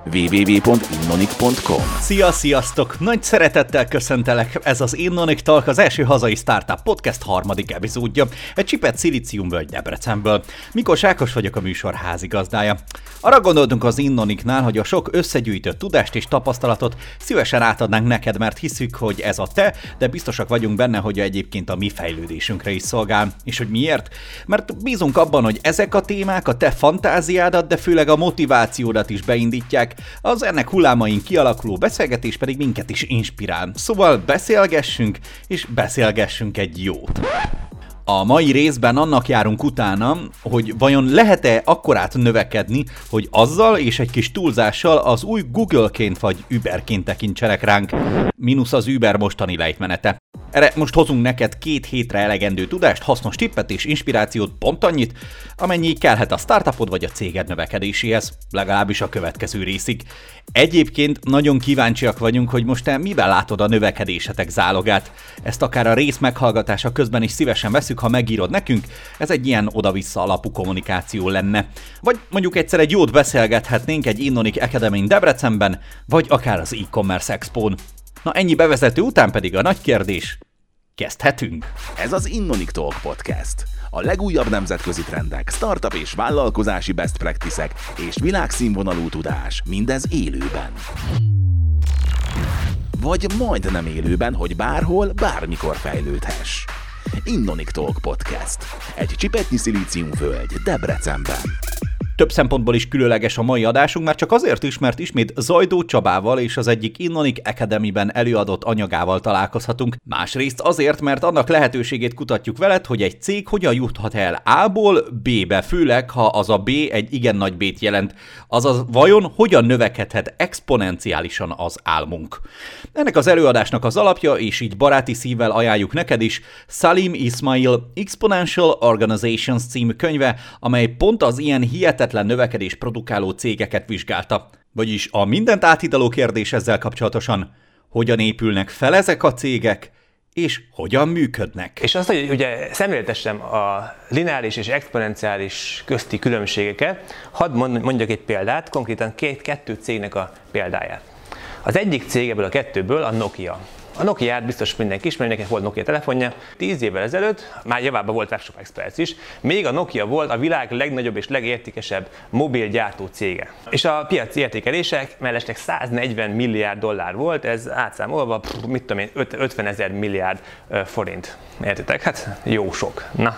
www.innonic.com. Sziasztok! Nagy szeretettel köszöntelek! Ez az Innonic Talk, az első hazai startup podcast harmadik epizódja. Egy csipet Szilíciumvölgy Debrecenből. Mikos Ákos vagyok, a műsor házigazdája. Arra gondoltunk az Innonicnál, hogy a sok összegyűjtött tudást és tapasztalatot szívesen átadnánk neked, mert hiszük, hogy ez a te, de biztosak vagyunk benne, hogy egyébként a mi fejlődésünkre is szolgál. És hogy miért? Mert bízunk abban, hogy ezek a témák a te fantáziádat, de főleg a motivációdat is beindítják, az ennek hullámain kialakuló beszélgetés pedig minket is inspirál. Szóval beszélgessünk, és beszélgessünk egy jót. A mai részben annak járunk utána, hogy vajon lehet-e akkorát növekedni, hogy azzal és egy kis túlzással az új Google-ként vagy Uber-ként tekintsenek ránk, mínusz az Uber mostani lejtmenete. Erre most hozunk neked 2 hétre elegendő tudást, hasznos tippet és inspirációt, pont annyit, amennyi kellhet a startupod vagy a céged növekedéséhez, legalábbis a következő részig. Egyébként nagyon kíváncsiak vagyunk, hogy most te miben látod a növekedésetek zálogát. Ezt akár a rész meghallgatása közben is szívesen veszük, ha megírod nekünk, ez egy ilyen oda-vissza alapú kommunikáció lenne. Vagy mondjuk egyszer egy jót beszélgethetnénk egy Innonic Academy Debrecenben, vagy akár az e-commerce expón. Na ennyi bevezető után pedig a nagy kérdés, kezdhetünk? Ez az Innonic Talk Podcast. A legújabb nemzetközi trendek, startup és vállalkozási best practice-ek és világszínvonalú tudás, mindez élőben. Vagy majdnem élőben, hogy bárhol, bármikor fejlődhess. Innonic Talk Podcast. Egy csipetnyi szilíciumvölgy Debrecenben. Több szempontból is különleges a mai adásunk, már csak azért is, mert ismét Zajdó Csabával és az egyik Innonic Academy-ben előadott anyagával találkozhatunk. Másrészt azért, mert annak lehetőségét kutatjuk veled, hogy egy cég hogyan juthat el A-ból B-be, főleg ha az a B egy igen nagy B-t jelent. Azaz vajon hogyan növekedhet exponenciálisan az álmunk. Ennek az előadásnak az alapja, és így baráti szívvel ajánljuk neked is, Salim Ismail Exponential Organizations című könyve, amely pont az ilyen hihetetlen növekedés produkáló cégeket vizsgálta. Vagyis a mindent áthidaló kérdés ezzel kapcsolatosan, hogyan épülnek fel ezek a cégek, és hogyan működnek. És azt, hogy ugye szemléltessem a lineáris és exponenciális közti különbségeket, hadd mondjak egy példát, konkrétan kettő cégnek a példáját. Az egyik cég ebből a kettőből a Nokia. A Nokiát biztos mindenki ismeri, nekem volt Nokia telefonja. 10 évvel ezelőtt, már javában volt Webshop Express is, még a Nokia volt a világ legnagyobb és legértékesebb mobilgyártó cége. És a piaci értékelések mellesleg 140 milliárd dollár volt, ez átszámolva, 50 000 milliárd forint. Értitek? Hát jó sok. Na.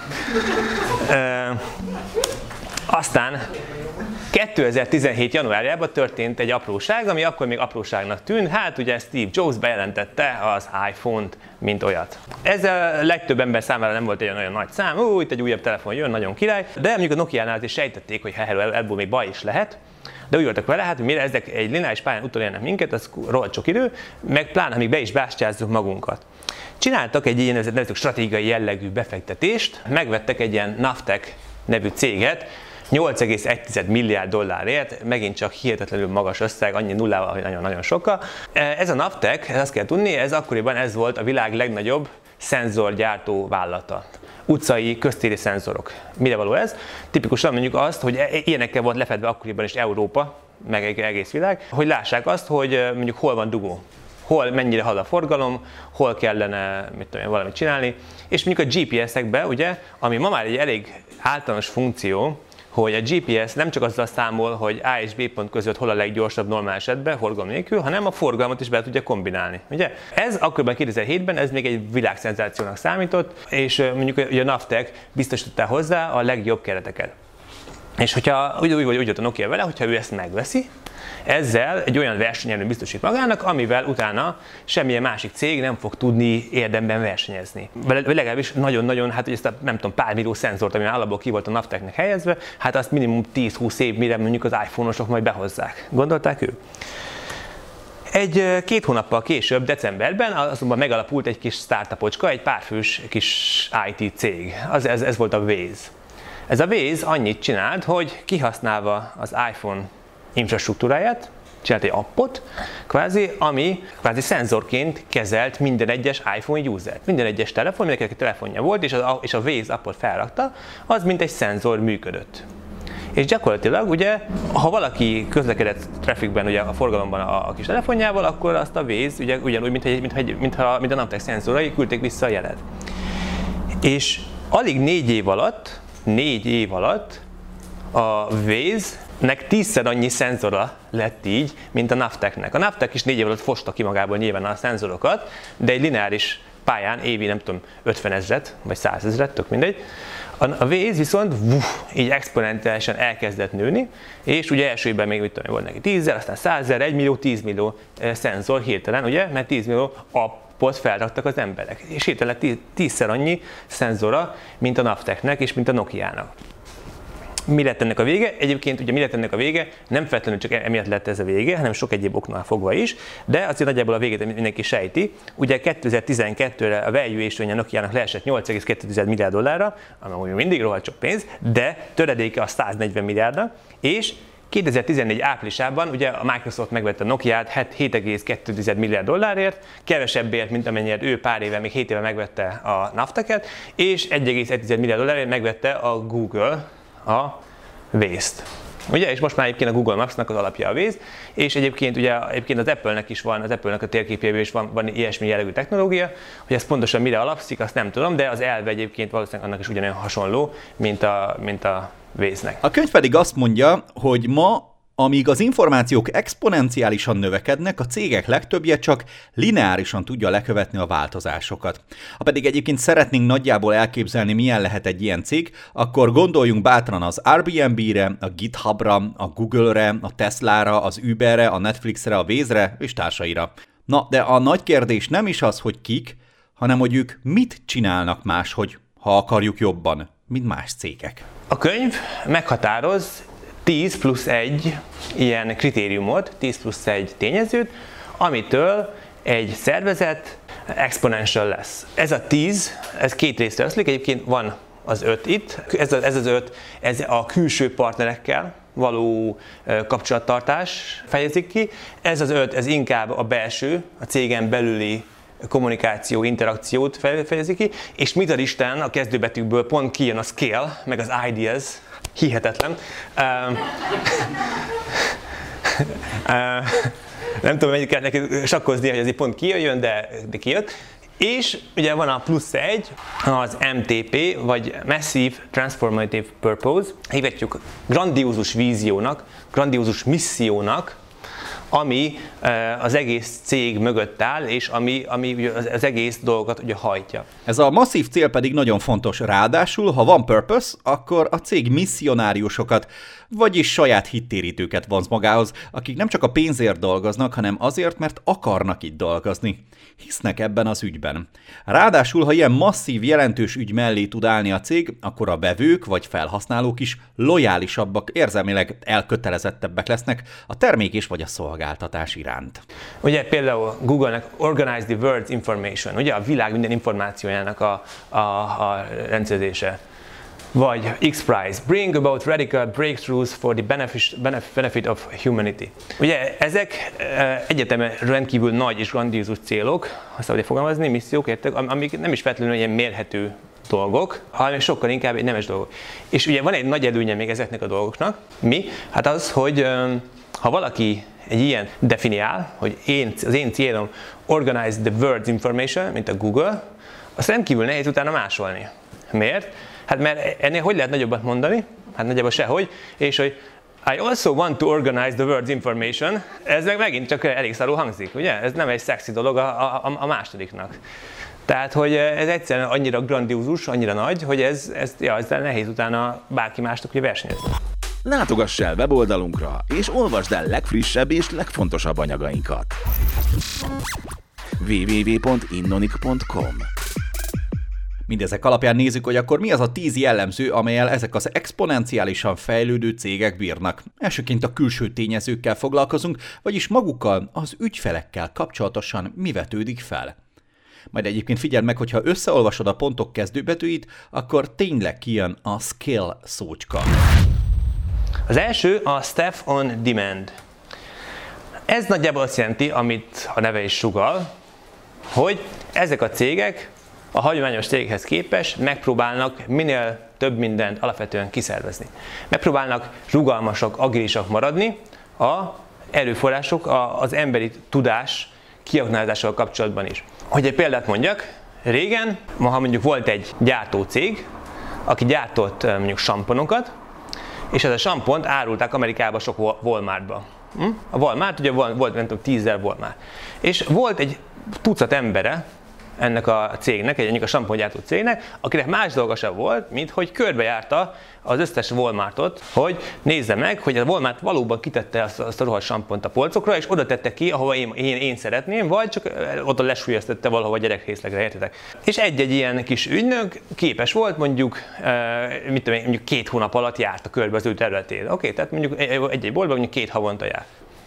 Aztán 2017. januárjában történt egy apróság, ami akkor még apróságnak tűnt, hát ugye Steve Jobs bejelentette az iPhone-t, mint olyat. Ez a legtöbb ember számára nem volt egy olyan nagy szám, itt egy újabb telefon jön, nagyon király, de mondjuk a Nokiánál is sejtették, hogy ebből még baj is lehet, de úgy voltak vele, hát mire ezek egy lineáris pályán utolérnek minket, az rohadt sok idő, meg pláne, amíg be is bástyázzuk magunkat. Csináltak egy ilyen nevezzük stratégiai jellegű befektetést, megvettek egy ilyen Navteq nevű céget, 8,1 milliárd dollárért, megint csak hihetetlenül magas összeg, annyi nullával, hogy nagyon-nagyon sokkal. Ez a Navteq, ezt kell tudni, akkoriban ez volt a világ legnagyobb szenzorgyártó vállalata. Utcai, köztéri szenzorok. Mire való ez? Tipikusan mondjuk azt, hogy ilyenekkel volt lefedve akkoriban is Európa, meg egész világ, hogy lássák azt, hogy mondjuk hol van dugó. Hol mennyire halad a forgalom, hol kellene valamit csinálni. És mondjuk a GPS-ekben, ugye, ami ma már egy elég általános funkció, hogy a GPS nem csak azzal számol, hogy A és B pont között hol a leggyorsabb normál esetben, forgalom nélkül, hanem a forgalmat is be tudja kombinálni. Ugye? Ez akkoriban 2007-ben ez még egy világszenzációnak számított, és mondjuk a Navteq biztosította hozzá a legjobb kereteket. És hogyha úgy jött a Nokia vele, hogyha ő ezt megveszi, ezzel egy olyan versenyelőnyt biztosít magának, amivel utána semmilyen másik cég nem fog tudni érdemben versenyezni. Vagy legalábbis nagyon-nagyon, hát ezt a nem tudom, pár millió szenzort, ami alapból ki volt a Navteqnek helyezve, hát azt minimum 10-20 év, mire mondjuk az iPhone-osok majd behozzák. Gondolták ők? 2 hónappal később, decemberben azonban megalapult egy kis startupocska, egy párfős kis IT cég. Ez volt a Waze. Ez a Waze annyit csinált, hogy kihasználva az iPhone infrastruktúráját, csinált egy appot, ami szenzorként kezelt minden egyes iPhone usert. Minden egyes telefon, mindenkinek egy telefonja volt, és a Waze appot felrakta, az mint egy szenzor működött. és gyakorlatilag ugye, ha valaki közlekedett trafficben, ugye a forgalomban a kis telefonjával, akkor azt a Waze ugye, ugyanúgy, mint a Navtex szenzorai küldték vissza a jelet. És alig 4 év alatt a Waze-nek 10-szer annyi szenzora lett így, mint a Navtexnek. A Navtex is 4 év alatt fosta ki magából nyilván a szenzorokat, de egy lineáris pályán évi nem tudom 50 000 vagy 100 000, tök mindegy. A Waze viszont így exponenciálisan elkezdett nőni, és ugye első évben még volt neki 10 000, aztán 100 000, 1 millió, 10 millió szenzor hirtelen, ugye, mert 10 millió appot felraktak az emberek. És hirtelen 10-szer annyi szenzora, mint a Navtexnek és mint a Nokia-nak. Mi lett ennek a vége? Egyébként ugye mi lett ennek a vége? Nem feltétlenül csak emiatt lett ez a vége, hanem sok egyéb oknál fogva is, de azért nagyjából a végét mindenki sejti. Ugye 2012-re a valuation-je a Nokia-nak leesett 8,2 milliárd dollárra, ami mindig rohadt sok pénz, de töredéke a 140 milliárdnak, és 2014 áprilisában ugye a Microsoft megvette a Nokiát 7,2 milliárd dollárért, kevesebbért, mint amennyire ő pár éve, még 7 éve megvette a Navtexet, és 1,1 milliárd dollárért megvette a Google a Waze-t. Ugye, és most már egyébként a Google Maps-nak az alapja a Waze, és egyébként az Apple-nek is van, az Apple-nek a térképjében is van ilyesmi jellegű technológia, hogy ez pontosan mire alapszik, azt nem tudom, de az elve egyébként valószínűleg annak is ugyanolyan hasonló, mint a Waze-nek. A könyv pedig azt mondja, hogy ma, amíg az információk exponenciálisan növekednek, a cégek legtöbbje csak lineárisan tudja lekövetni a változásokat. Ha pedig egyébként szeretnénk nagyjából elképzelni, milyen lehet egy ilyen cég, akkor gondoljunk bátran az Airbnb-re, a GitHub-ra, a Google-re, a Tesla-ra, az Uber-re, a Netflixre, a Waze-re és társaira. Na, de a nagy kérdés nem is az, hogy kik, hanem hogy ők mit csinálnak máshogy, ha akarjuk jobban, mint más cégek. A könyv meghatároz 10 plusz 1 ilyen kritériumot, 10 plusz 1 tényezőt, amitől egy szervezet exponential lesz. Ez a 10, ez 2 részre oszlik, egyébként van az 5 itt, ez az 5, ez a külső partnerekkel való kapcsolattartás fejezik ki, ez az 5, ez inkább a belső, a cégen belüli kommunikáció, interakciót fejezik ki, és mit ad Isten, a kezdőbetűkből pont kijön a scale, meg az ideas, hihetetlen. Nem tudom, mennyit kell neki sakkozni, hogy ez így pont kijöjjön, de kijött. És ugye van a plusz 1, az MTP, vagy Massive Transformative Purpose, hívhatjuk grandiózus víziónak, grandiózus missziónak, ami az egész cég mögött áll, és ami az egész dolgot ugye hajtja. Ez a masszív cél pedig nagyon fontos. Ráadásul, ha van purpose, akkor a cég misszionáriusokat, vagyis saját hittérítőket vonz magához, akik nem csak a pénzért dolgoznak, hanem azért, mert akarnak itt dolgozni. Hisznek ebben az ügyben. Ráadásul, ha ilyen masszív, jelentős ügy mellé tud állni a cég, akkor a vevők vagy felhasználók is lojálisabbak, érzelmileg elkötelezettebbek lesznek a termék és vagy a szolgáltatás iránt. Ugye például Google-nek Organize the World's Information, ugye a világ minden információjának a rendszerzése. Vagy X-Prize, Bring about radical breakthroughs for the benefit of humanity. Ugye ezek egyetemen rendkívül nagy és grandiózus célok, ha szabad fogalmazni, missziók, értek, amik nem is feltétlenül ilyen mérhető dolgok, hanem sokkal inkább egy nemes dolgok. És ugye van egy nagy előnye még ezeknek a dolgoknak. Mi? Hát az, hogy ha valaki egy ilyen definiál, hogy az én célom Organize the World's Information, mint a Google, azt rendkívül nehéz utána másolni. Miért? Hát mert ennél hogy lehet nagyobbat mondani? Hát nagyjából sehogy. És hogy I also want to organize the world's information, ez meg megint csak elég szarul hangzik, ugye? Ez nem egy szexi dolog a másodiknak. Tehát, hogy ez egyszerűen annyira grandiózus, annyira nagy, hogy ezzel nehéz utána bárki másnak versenyezni. Látogass el weboldalunkra, és olvasd el legfrissebb és legfontosabb anyagainkat. www.innonic.com. Mindezek alapján nézzük, hogy akkor mi az a 10 jellemző, amellyel ezek az exponenciálisan fejlődő cégek bírnak. Elsőként a külső tényezőkkel foglalkozunk, vagyis magukkal, az ügyfelekkel kapcsolatosan mi vetődik fel. Majd egyébként figyeld meg, hogyha összeolvasod a pontok kezdőbetűit, akkor tényleg kijön a skill szócska. Az első a staff on demand. Ez nagyjából azt jelenti, amit a neve is sugall, hogy ezek a cégek a hagyományos cégekhez képest megpróbálnak minél több mindent alapvetően kiszervezni. Megpróbálnak rugalmasak, agilisak maradni a erőforrások, az emberi tudás kiaknázásával kapcsolatban is. Hogy egy példát mondjak, régen, ha mondjuk volt egy gyártócég, aki gyártott mondjuk samponokat, és ez a sampont árulták Amerikába sok Walmartba. A Walmart, ugye volt nem tudom, 10 000 Walmart. És volt egy tucat embere ennek a cégnek, ennek a sampongyártó cégnek, akinek más dolga sem volt, mint hogy körbejárta az összes Walmartot, hogy nézze meg, hogy a Walmart valóban kitette azt a rohadt sampont a polcokra, és oda tette ki, ahova én szeretném, vagy csak oda lesúlyoztatta valahova a gyerekrészlegre, értitek? És egy-egy ilyen kis ügynök képes volt mondjuk, mondjuk 2 hónap alatt járt a körbe az ő területén. Oké, tehát mondjuk egy-egy boltban mondjuk 2 havonta jár.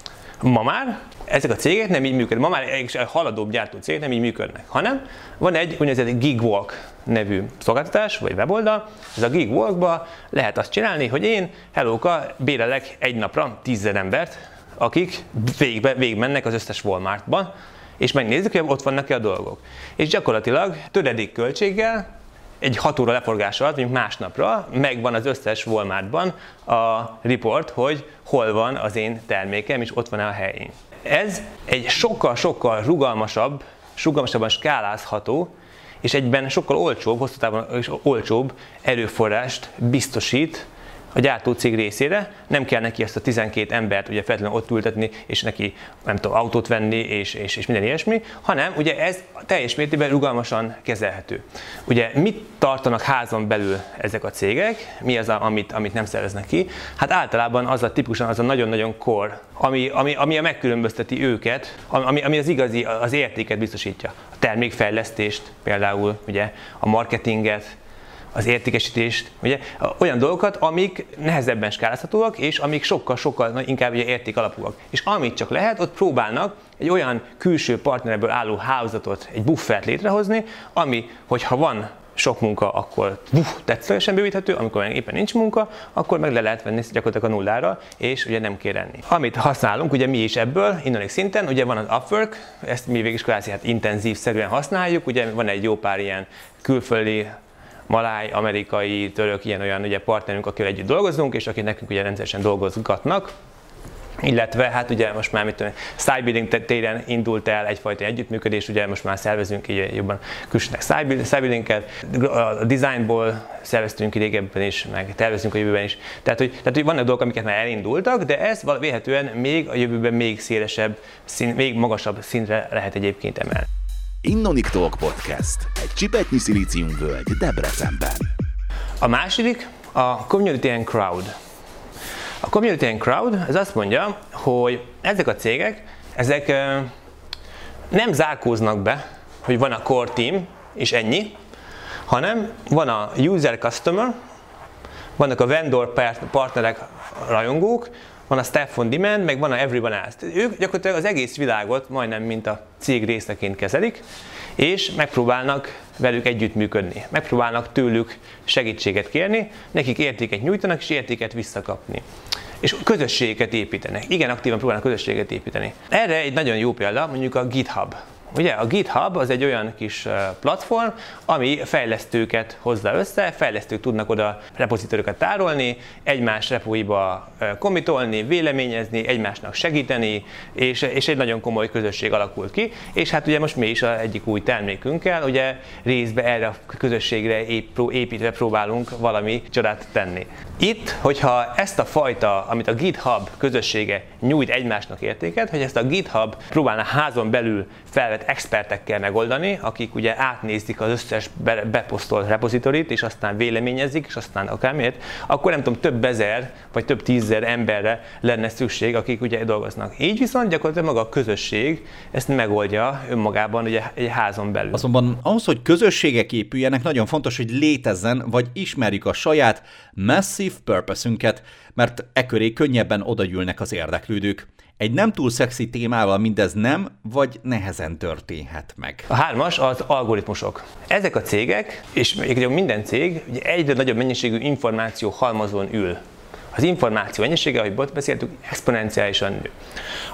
Ma már ezek a cégek nem így működnek, ma már egy haladóbb gyártó cégek nem így működnek, hanem van egy úgynevezett Gigwalk nevű szolgáltatás, vagy weboldal. Ez a Gigwalkba lehet azt csinálni, hogy én, hellóka, bérelek egy napra 10 000 embert, akik végigmennek az összes Walmartban, és megnézzük, hogy ott vannak-e a dolgok. És gyakorlatilag töredék költséggel, egy 6 óra leforgás alatt, mondjuk másnapra megvan az összes Walmartban a report, hogy hol van az én termékem, és ott van-e a helyén. Ez egy sokkal-sokkal rugalmasabban skálázható, és egyben sokkal olcsóbb, hosszú távon és olcsóbb erőforrást biztosít a gyártócég részére. Nem kell neki ezt a 12 embert ugye feltétlenül ott ültetni, és neki nem tudom, autót venni, és minden ilyesmi, hanem ugye ez teljes mértékben rugalmasan kezelhető. Ugye mit tartanak házon belül ezek a cégek? Mi az, amit nem szerveznek ki? Hát általában az a tipikusan az a nagyon-nagyon core, ami megkülönbözteti őket, ami az igazi, az értéket biztosítja. A termékfejlesztést például, ugye a marketinget, az értékesítést, ugye, olyan dolgokat, amik nehezebben skálázhatóak, és amik sokkal-sokkal inkább ugye értékalapúak. És amit csak lehet, ott próbálnak egy olyan külső partnerből álló hálózatot, egy buffert létrehozni, ami, hogyha van sok munka, akkor tetszőlegesen bővíthető, amikor éppen nincs munka, akkor meg le lehet venni gyakorlatilag a nullára, és ugye nem kér enni. Amit használunk, ugye mi is ebből, innonik szinten, ugye van az Upwork, ezt mi végig is kvázi intenzívszerűen használjuk, ugye van egy jó pár ilyen külföldi, maláj, amerikai, török, ilyen-olyan ugye partnerünk, akivel együtt dolgozunk, és akik nekünk ugye rendszeresen dolgozgatnak. Illetve hát ugye most már sidebuilding téren indult el egyfajta együttműködés, ugye most már szervezünk így jobban külsőnek sidebuildinget, a designból szerveztünk régebben is, meg tervezünk a jövőben is. Tehát hogy vannak dolgok, amiket már elindultak, de ez vélhetően még a jövőben még szélesebb, még magasabb szintre lehet egyébként emelni. Innonic Talk Podcast, egy csipetnyi szilíciumvölgy Debrecenben. A második a Community and Crowd. A Community and Crowd, ez azt mondja, hogy ezek a cégek, ezek nem zárkóznak be, hogy van a core team, és ennyi, hanem van a user customer, vannak a vendor partnerek, rajongók, van a staff on demand, meg van a everyone else. Ők gyakorlatilag az egész világot majdnem mint a cég részeként kezelik, és megpróbálnak velük együttműködni. Megpróbálnak tőlük segítséget kérni, nekik értéket nyújtanak, és értéket visszakapni. És közösségeket építenek. Igen, aktívan próbálnak közösséget építeni. Erre egy nagyon jó példa, mondjuk a GitHub. Ugye a GitHub az egy olyan kis platform, ami fejlesztőket hozza össze, fejlesztők tudnak oda repozitorikat tárolni, egymás repóiba commitolni, véleményezni, egymásnak segíteni, és egy nagyon komoly közösség alakul ki. És hát ugye most mi is egyik új termékünkkel, ugye részben erre a közösségre építve próbálunk valami csodát tenni. Itt, hogyha ezt a fajta, amit a GitHub közössége nyújt egymásnak értéket, hogy ezt a GitHub próbálna házon belül felvett expertekkel megoldani, akik ugye átnézik az összes beposztolt repozitorit, és aztán véleményezik, és aztán akármiért, akkor nem tudom, több ezer, vagy több 10 000 emberre lenne szükség, akik ugye dolgoznak. Így viszont gyakorlatilag maga a közösség ezt megoldja önmagában ugye egy házon belül. Azonban ahhoz, hogy közösségek épüljenek, nagyon fontos, hogy létezzen, vagy ismerjük a saját massive purpose-ünket, mert eköré könnyebben odagyűlnek az érdeklődők. Egy nem túl szexi témával mindez nem, vagy nehezen történhet meg. A 3-as az algoritmusok. Ezek a cégek, és minden cég ugye egyre nagyobb mennyiségű információ halmazon ül. Az információ mennyisége, ahogy beszéltük, exponenciálisan nő.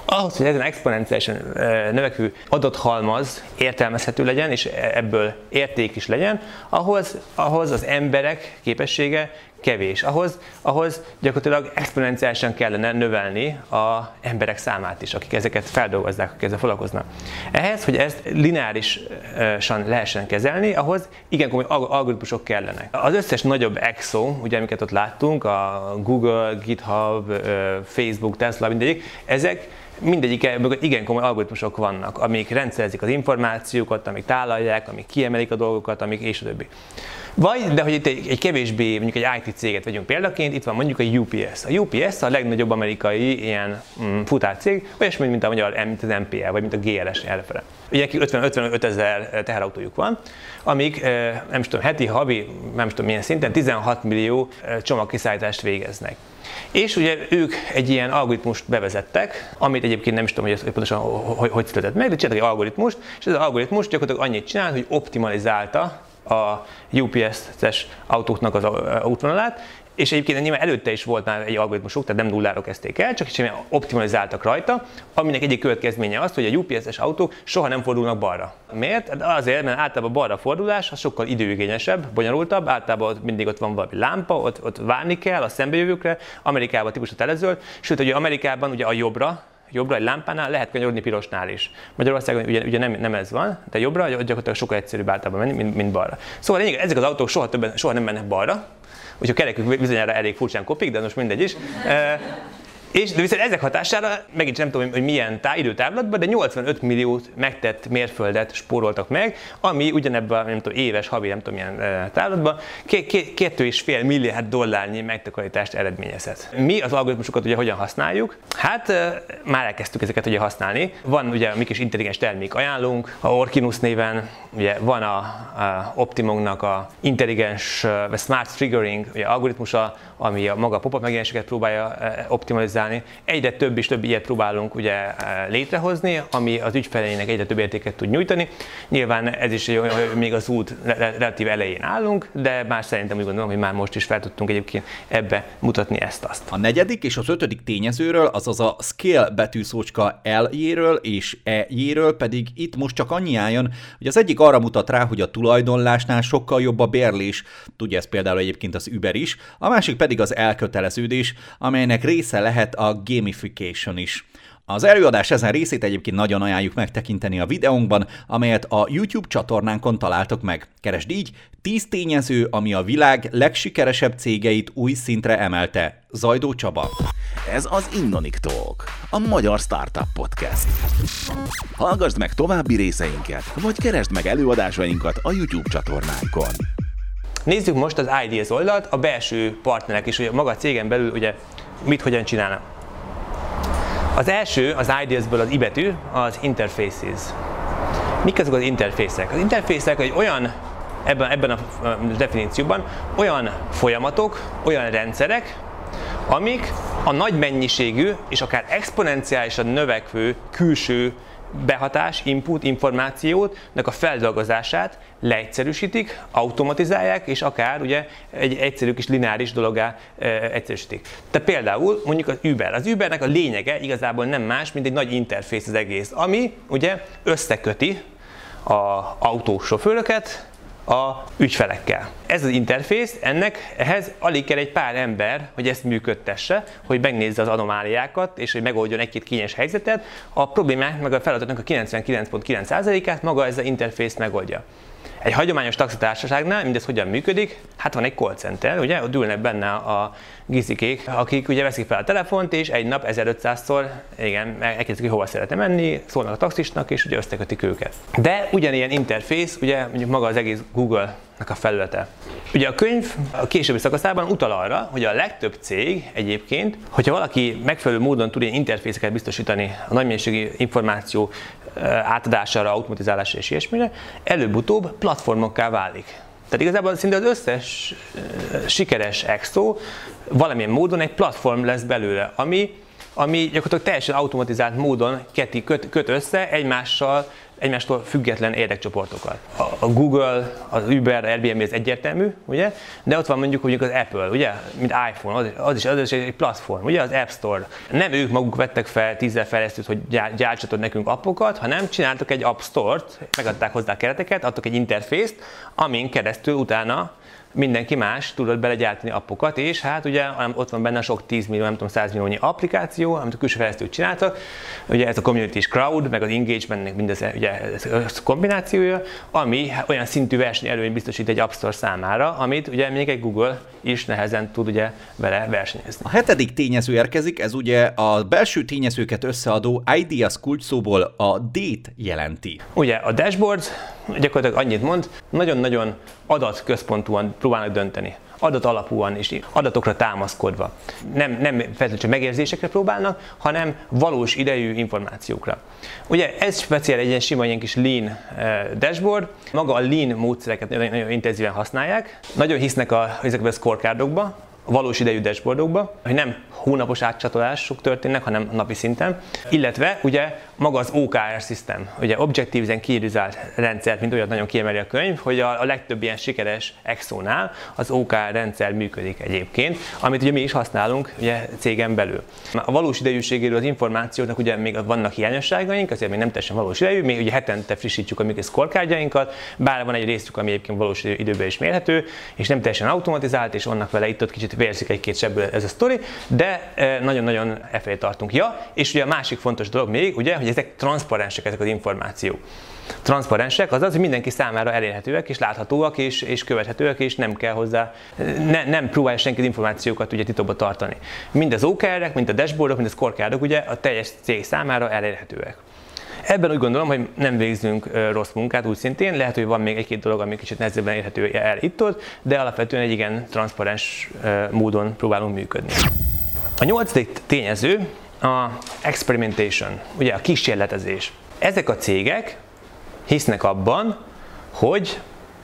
Ahhoz, hogy ezen exponenciálisan növekvő adathalmaz értelmezhető legyen, és ebből érték is legyen, ahhoz az emberek képessége kevés. Ahhoz gyakorlatilag exponenciálisan kellene növelni az emberek számát is, akik ezeket feldolgozzák, akik ezzel foglalkoznak. Ehhez, hogy ezt lineárisan lehessen kezelni, ahhoz igen komoly algoritmusok kellenek. Az összes nagyobb exo, ugye amiket ott láttunk, a Google, GitHub, Facebook, Tesla, mindegyik igen komoly algoritmusok vannak, amik rendszerezik az információkat, amik tálalják, amik kiemelik a dolgokat, amik és a többi. De hogy itt egy kevésbé, mondjuk egy IT céget vegyünk példaként, itt van mondjuk a UPS. A UPS a legnagyobb amerikai ilyen futárcég, olyasmi, mint az MPL, vagy mint a GLS elfele. Ugye 55 000 teherautójuk van, amik nem tudom, heti, havi, nem tudom milyen szinten 16 millió csomagkiszállítást végeznek. És ugye ők egy ilyen algoritmust bevezettek, amit egyébként nem is tudom, hogy pontosan hogy született meg, de csináltak egy algoritmust, és ez az algoritmus gyakorlatilag annyit csinál, hogy optimalizálta a UPS-es autóknak az útvonalát, és egyébként nyilván előtte is volt már egy algoritmusuk, tehát nem nulláról kezdték el, csak is optimalizáltak rajta, aminek egyik következménye az, hogy a UPS-es autók soha nem fordulnak balra. Miért? Azért, mert általában a balra fordulás az sokkal időigényesebb, bonyolultabb, általában mindig ott van valami lámpa, ott várni kell a szembejövőkre, Amerikában típusú telezöld, sőt, ugye Amerikában ugye a jobbra egy lámpánál lehet kanyarodni pirosnál is. Magyarországon ugye nem ez van, de jobbra gyakorlatilag sokkal egyszerűbb általában menni, mint balra. Szóval lényeg, ezek az autók soha nem mennek balra, úgyhogy a kerekük bizonyára elég furcsán kopik, de most mindegy is. De viszont ezek hatására, megint nem tudom, hogy milyen időtávlatban, de 85 millió megtett mérföldet spóroltak meg, ami ugyanebben nem tudom, éves, havi, nem tudom milyen távlatban 2,5 milliárd dollárnyi megtakarítást eredményezhet. Mi az algoritmusokat ugye hogyan használjuk? Hát már elkezdtük ezeket ugye használni. Van ugye a mi kis intelligens termék ajánlónk, a Orkinus néven, ugye van a Optimumnak a intelligens Smart Triggering ugye algoritmusa, ami a maga pop-up megjelenéseket próbálja optimalizálni. Egyre több és több ilyet próbálunk ugye létrehozni, ami az ügyfeleinek egyre több értéket tud nyújtani. Nyilván ez is még az út relatív elején állunk, de már szerintem úgy gondolom, hogy már most is fel tudtunk egyébként ebbe mutatni ezt-azt. A negyedik és az ötödik tényezőről, azaz a scale betűszócska L-jéről és E-jéről pedig itt most csak annyi álljon, hogy az egyik arra mutat rá, hogy a tulajdonlásnál sokkal jobb a bérlés, tudja ezt például egyébként az Uber is, a másik pedig az elköteleződés, amelynek része lehet a gamification is. Az előadás ezen részét egyébként nagyon ajánljuk megtekinteni a videónkban, amelyet a YouTube csatornánkon találtok meg. Keresd így 10 tényező, ami a világ legsikeresebb cégeit új szintre emelte. Zajdó Csaba. Ez az Innonic Talk, a magyar startup podcast. Hallgasd meg további részeinket, vagy keresd meg előadásainkat a YouTube csatornánkon. Nézzük most az Ideas oldalt, a belső partnerek is, hogy maga a cégen belül ugye hogyan csinálnak. Az első, az Ideasből az I betű, az interfaces. Mik azok az interfészek? Az interfészek egy olyan, ebben a definícióban, olyan folyamatok, olyan rendszerek, amik a nagy mennyiségű és akár exponenciálisan növekvő külső behatás, input, információnak a feldolgozását leegyszerűsítik, automatizálják, és akár ugye egy egyszerű kis lineáris dologgá egyszerűsítik. Tehát például mondjuk az Uber. Az Ubernek a lényege igazából nem más, mint egy nagy interfész az egész, ami ugye összeköti az autósofőröket a ügyfelekkel. Ez az interfész, ehhez alig kell egy pár ember, hogy ezt működtesse, hogy megnézze az anomáliákat, és hogy megoldjon egy-két kényes helyzetet. A problémák meg a feladatnak a 99,9%-át maga ez az interfész megoldja. Egy hagyományos taxitársaságnál mindez hogyan működik? Hát van egy call center, ugye, ott ülnek benne a gizikék, akik ugye veszik fel a telefont, és egy nap 1500-szor, igen, elkezdik, hogy hova szeretne menni, szólnak a taxisnak, és ugye összekötik őket. De ugyanilyen interfész, ugye mondjuk maga az egész Google-nak a felülete. Ugye a könyv a későbbi szakaszában utal arra, hogy a legtöbb cég egyébként, hogyha valaki megfelelő módon tud ilyen interfészeket biztosítani a nagy mennyiségű információ átadására, automatizálásra és ilyesmire, előbb-utóbb platformokká válik. Tehát igazából szinte az összes sikeres exo valamilyen módon egy platform lesz belőle, ami gyakorlatilag teljesen automatizált módon köt össze egymással egymástól független érdekcsoportokat. A Google, az Uber, Airbnb ez egyértelmű, ugye? De ott van mondjuk az Apple, ugye? Mint iPhone, az is egy platform, ugye? Az App Store. Nem ők maguk vettek fel 10 fejlesztőt, hogy gyártsatok nekünk appokat, hanem csináltak egy App Store-t, megadták hozzá kereteket, adtak egy interfészt, amin keresztül utána mindenki más tudott belegyártani appokat, és hát ugye ott van benne sok 10 millió, nem tudom, 100 milliónyi applikáció, amit a külső fejlesztők csináltak. Ugye ez a community crowd, meg az engagementnek mindez ugye ez kombinációja, ami olyan szintű versenyelőnyt biztosít egy App Store számára, amit ugye még egy Google is nehezen tud ugye vele versenyezni. A 7. tényező érkezik, ez ugye a belső tényezőket összeadó Ideas kulcsszóból a D-t jelenti. Ugye a dashboard gyakorlatilag annyit mond, nagyon-nagyon adatközpontúan próbálnak dönteni. Adat alapúan és adatokra támaszkodva. Nem feltétlenül csak megérzésekre próbálnak, hanem valós idejű információkra. Ugye ez speciál egy ilyen sima, ilyen kis lean dashboard. Maga a lean módszereket nagyon intenzíven használják. Nagyon hisznek ezekben a scorecardokba, a valós idejű dashboardokba, hogy nem hónapos átcsatolások történnek, hanem napi szinten. Illetve ugye maga az OKR system, ugye Objectives and Key Result rendszert, mint olyat nagyon kiemeli a könyv, hogy a legtöbb ilyen sikeres Exo-nál az OKR rendszer működik egyébként, amit ugye mi is használunk ugye cégen belül. A valós idejűségéről az információknak ugye még vannak hiányosságaink, azért még nem teljesen valós idejű, mi ugye hetente frissítjük a mi scorecardjainkat, bár van egy részük, ami egyébként valós időben is mérhető, és nem teljesen automatizált, és vannak vele itt-ott kicsit vérzik egy-két sebből ez a sztori, de nagyon-nagyon efelé tartunk. Ja, és ugye a másik fontos dolog még, ugye, hogy ezek transzparensek, ezek az információk. Transzparensek, azaz, hogy mindenki számára elérhetőek, és láthatóak, és követhetőek, és nem kell hozzá, nem próbálja senki az információkat ugye titokba tartani. Mind az OKR-ek, mind a dashboardok, mind a scorecardok ugye a teljes cég számára elérhetőek. Ebben úgy gondolom, hogy nem végzünk rossz munkát, úgy szintén. Lehet, hogy van még egy-két dolog, ami kicsit nehezebben érhető el itt-ott, de alapvetően egy igen transzparens módon próbálunk működni. A 8. tényező a experimentation, ugye a kísérletezés. Ezek a cégek hisznek abban, hogy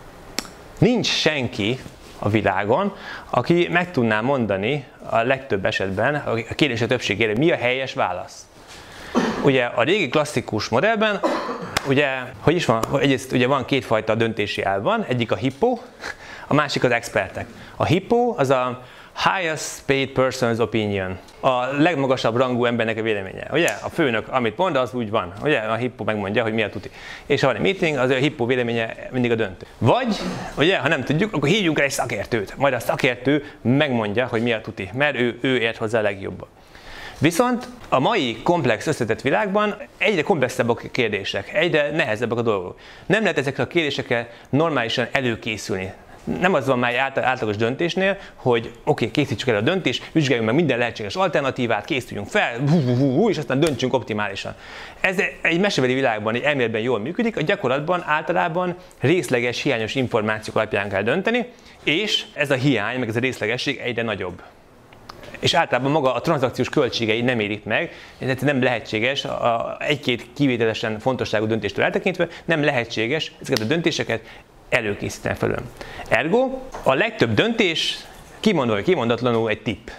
nincs senki a világon, aki meg tudná mondani a legtöbb esetben a kérdések többségére, mi a helyes válasz. Ugye a régi klasszikus modellben, ugye, hogy is van, egyrészt ugye van kétfajta döntési elv van, egyik a hippo, a másik az expertek. A hippo az a highest paid person's opinion. A legmagasabb rangú embernek a véleménye. Ugye? A főnök, amit mond, az úgy van. Ugye? A hippo megmondja, hogy mi a tuti. És ha van egy meeting, az a hippo véleménye mindig a döntő. Vagy, ugye, ha nem tudjuk, akkor hívjunk el egy szakértőt. Majd a szakértő megmondja, hogy mi a tuti, mert ő ért hozzá a legjobban. Viszont a mai komplex, összetett világban egyre komplexebbek a kérdések, egyre nehezebbek a dolgok. Nem lehet ezekre a kérdésekre normálisan előkészülni. Nem az van már átlagos döntésnél, hogy oké, készítsük el a döntést, vizsgáljunk meg minden lehetséges alternatívát, készüljünk fel, és aztán döntsünk optimálisan. Ez egy mesebeli világban, egy elméletben jól működik, a gyakorlatban általában részleges, hiányos információk alapján kell dönteni, és ez a hiány, meg ez a részlegesség egyre nagyobb. És általában maga a tranzakciós költségei nem érik meg, ez nem lehetséges, egy-két kivételesen fontosságú döntéstől eltekintve nem lehetséges ezeket a döntéseket előkészíteni felől. Ergo, a legtöbb döntés kimondatlanul egy tipp.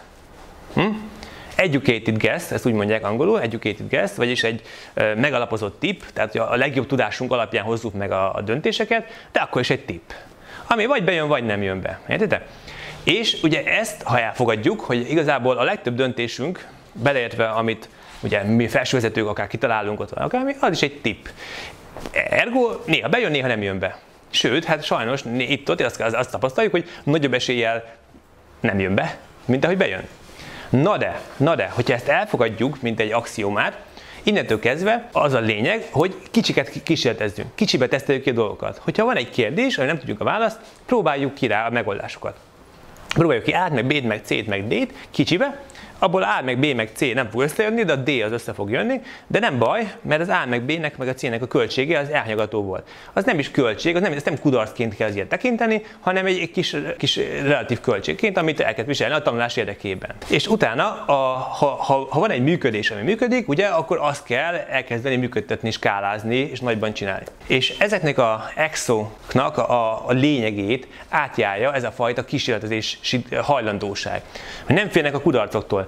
Educated guess, ezt úgy mondják angolul, educated guess, vagyis egy megalapozott tipp, tehát a legjobb tudásunk alapján hozzuk meg a döntéseket, de akkor is egy tipp. Ami vagy bejön, vagy nem jön be. Értitek? És ugye ezt, ha elfogadjuk, hogy igazából a legtöbb döntésünk, beleértve amit ugye mi felsővezetők akár kitalálunk ott, akármi, az is egy tipp. Ergo néha bejön, néha nem jön be. Sőt, hát sajnos itt-ott azt tapasztaljuk, hogy nagyobb eséllyel nem jön be, mint ahogy bejön. Na de, hogyha ezt elfogadjuk, mint egy axiómát, innentől kezdve az a lényeg, hogy kicsiket kísérletezzünk, kicsibe teszteljük ki a dolgokat. Hogyha van egy kérdés, amire nem tudjuk a választ, próbáljuk ki rá a megoldásokat. Próbáljuk ki A-t, meg B-t, meg C-t, meg D-t kicsibe, abból A, meg B, meg C nem fog összejönni, de a D az össze fog jönni, de nem baj, mert az A, meg B-nek, meg a C-nek a költsége az elhanyagató volt. Az nem is költség, ezt nem kudarcként kell azért tekinteni, hanem egy kis relatív költségként, amit el kell viselni a tanulás érdekében. És utána, ha van egy működés, ami működik, ugye, akkor azt kell elkezdeni működtetni, skálázni és nagyban csinálni. És ezeknek a exo-knak a lényegét átjárja ez a fajta kísérletezés hajlandóság. Nem félnek a kudarcoktól.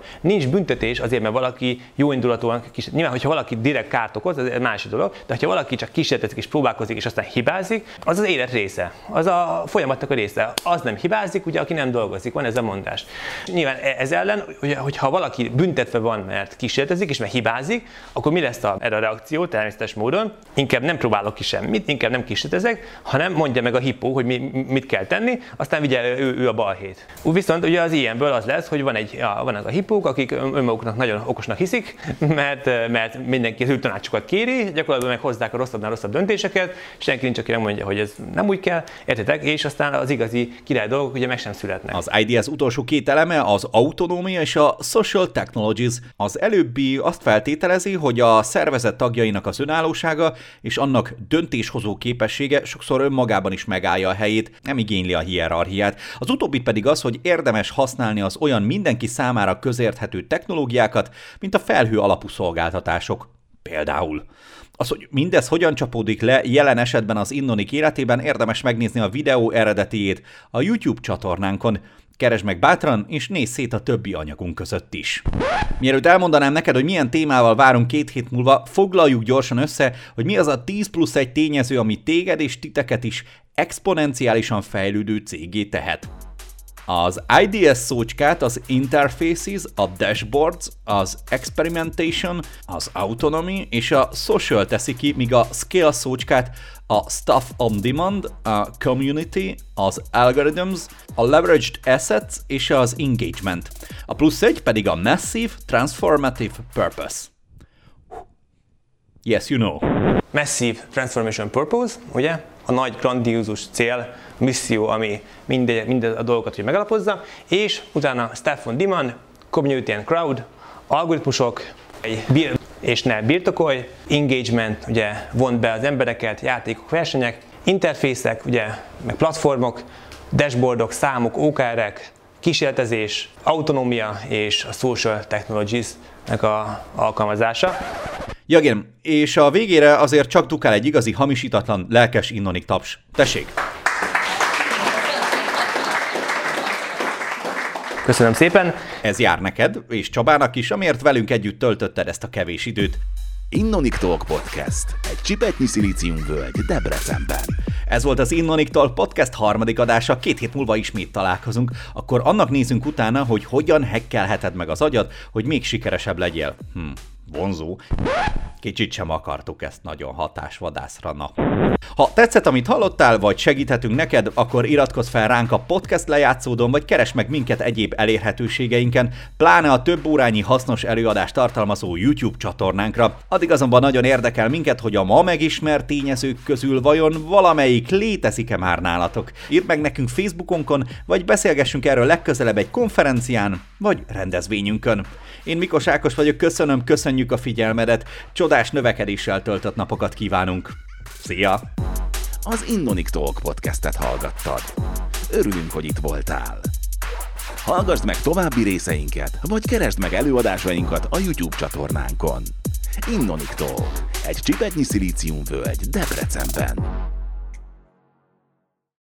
Nincs büntetés azért, mert valaki jóindulatúan nyilván, hogyha valaki direkt kárt okoz, ez másik dolog, de ha valaki csak kísérletezik és próbálkozik, és aztán hibázik, az az élet része, az a folyamatnak a része. Az nem hibázik, ugye, aki nem dolgozik, van ez a mondás. Nyilván ez ellen, hogyha valaki büntetve van, mert kísérletezik és mert hibázik, akkor mi lesz erre a reakció természetes módon? Inkább nem próbálok ki semmit, inkább nem kísérletezek, hanem mondja meg a hippó, hogy mit kell tenni, aztán vigye ő a balhét. Viszont ugye az ilyenből az lesz, hogy van az a hippók, akik önmaguknak nagyon okosnak hiszik, mert mindenki az ő tanácsokat kéri, gyakorlatilag meg hozzák a rosszabbnál rosszabb döntéseket, senki nincs, aki nem mondja, hogy ez nem úgy kell, értitek, és aztán az igazi király dolgok ugye meg sem születnek. Az IDS utolsó két eleme az autonómia és a social technologies. Az előbbi azt feltételezi, hogy a szervezet tagjainak az önállósága és annak döntéshozó képessége sokszor önmagában is megállja a helyét, nem igényli a hierarchiát. Az utóbbi pedig az, hogy érdemes használni az olyan mindenki számára közérthető technológiákat, mint a felhő alapú szolgáltatások. Például. Az, hogy mindez hogyan csapódik le jelen esetben az Innonic életében, érdemes megnézni a videó eredetiét a YouTube csatornánkon. Keresd meg bátran, és nézz szét a többi anyagunk között is. Mielőtt elmondanám neked, hogy milyen témával várunk 2 hét múlva, foglaljuk gyorsan össze, hogy mi az a 10+1 tényező, ami téged és titeket is exponenciálisan fejlődő céggé tehet. Az IDS szócskát az Interfaces, a Dashboards, az Experimentation, az Autonomy és a Social teszi ki, míg a Scale szócskát a Stuff on Demand, a Community, az Algorithms, a Leveraged Assets és az Engagement. A +1 pedig a Massive Transformative Purpose. Yes, you know. Massive Transformation Purpose, ugye? A nagy, grandiózus cél, misszió, ami mind a dolgokat hogy megalapozza, és utána Stuff on Demand, Community and Crowd, algoritmusok, és ne birtokolj, engagement, ugye vont be az embereket, játékok, versenyek, interfészek, ugye, meg platformok, dashboardok, számok, OKR-ek, kísérletezés, autonómia és a social technologies-nek a alkalmazása. Ja, igen, és a végére azért csak dukál egy igazi, hamisítatlan, lelkes Innonic taps. Tessék! Köszönöm szépen! Ez jár neked, és Csabának is, amiért velünk együtt töltötted ezt a kevés időt. Innonic Talk Podcast. Egy csipetnyi szilíciumvölgy Debrecenben. Ez volt az Innonic Talk Podcast 3. adása, 2 hét múlva ismét találkozunk, akkor annak nézzünk utána, hogy hogyan hackelheted meg az agyad, hogy még sikeresebb legyél. Vonzó. Kicsit sem akartuk ezt nagyon hatásvadászra, na. Ha tetszett, amit hallottál, vagy segíthetünk neked, akkor iratkozz fel ránk a podcast lejátszódon, vagy keresd meg minket egyéb elérhetőségeinken, pláne a több órányi hasznos előadást tartalmazó YouTube csatornánkra. Addig azonban nagyon érdekel minket, hogy a ma megismert tényezők közül vajon valamelyik létezik-e már nálatok. Írd meg nekünk Facebookonkon, vagy beszélgessünk erről legközelebb egy konferencián, vagy rendezvényünkön. Én Mikos Ákos vagyok, köszönjük a figyelmedet, csodás növekedéssel töltött napokat kívánunk. Szia! Az Innonic Talk Podcastet hallgattad. Örülünk, hogy itt voltál. Hallgassd meg további részeinket, vagy keresd meg előadásainkat a YouTube csatornánkon. Innonic Talk, egy csipetnyi szilíciumvölgy Debrecenben.